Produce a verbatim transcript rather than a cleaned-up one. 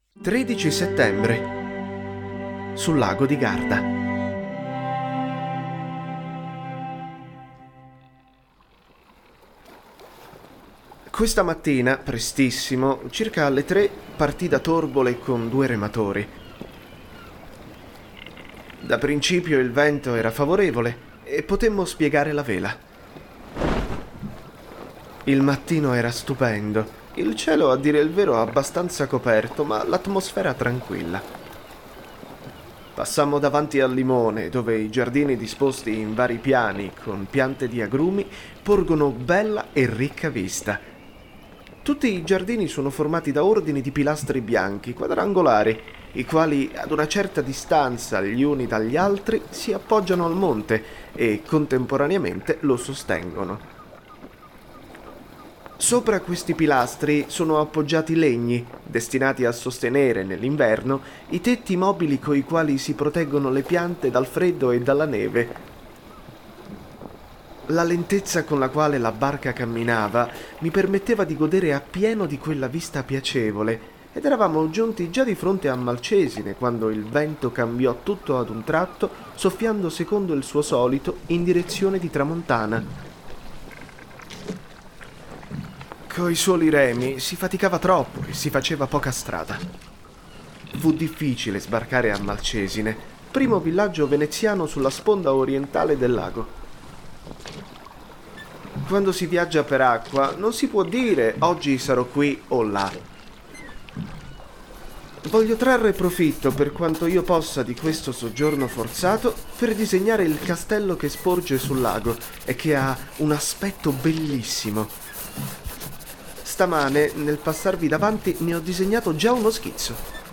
tredici settembre, sul lago di Garda. Questa mattina, prestissimo, circa alle tre, partì da Torbole con due rematori. Da principio il vento era favorevole e potemmo spiegare la vela. Il mattino era stupendo, il cielo a dire il vero abbastanza coperto, ma l'atmosfera tranquilla. Passammo davanti al limone, dove i giardini disposti in vari piani con piante di agrumi porgono bella e ricca vista. Tutti i giardini sono formati da ordini di pilastri bianchi, quadrangolari, i quali ad una certa distanza gli uni dagli altri si appoggiano al monte e contemporaneamente lo sostengono. Sopra questi pilastri sono appoggiati legni, destinati a sostenere nell'inverno i tetti mobili coi quali si proteggono le piante dal freddo e dalla neve. La lentezza con la quale la barca camminava mi permetteva di godere appieno di quella vista piacevole, ed eravamo giunti già di fronte a Malcesine quando il vento cambiò tutto ad un tratto, soffiando secondo il suo solito in direzione di tramontana. Coi soli remi si faticava troppo e si faceva poca strada. Fu difficile sbarcare a Malcesine, primo villaggio veneziano sulla sponda orientale del lago. Quando si viaggia per acqua non si può dire oggi sarò qui o là. Voglio trarre profitto per quanto io possa di questo soggiorno forzato per disegnare il castello che sporge sul lago e che ha un aspetto bellissimo. Stamane, nel passarvi davanti, ne ho disegnato già uno schizzo.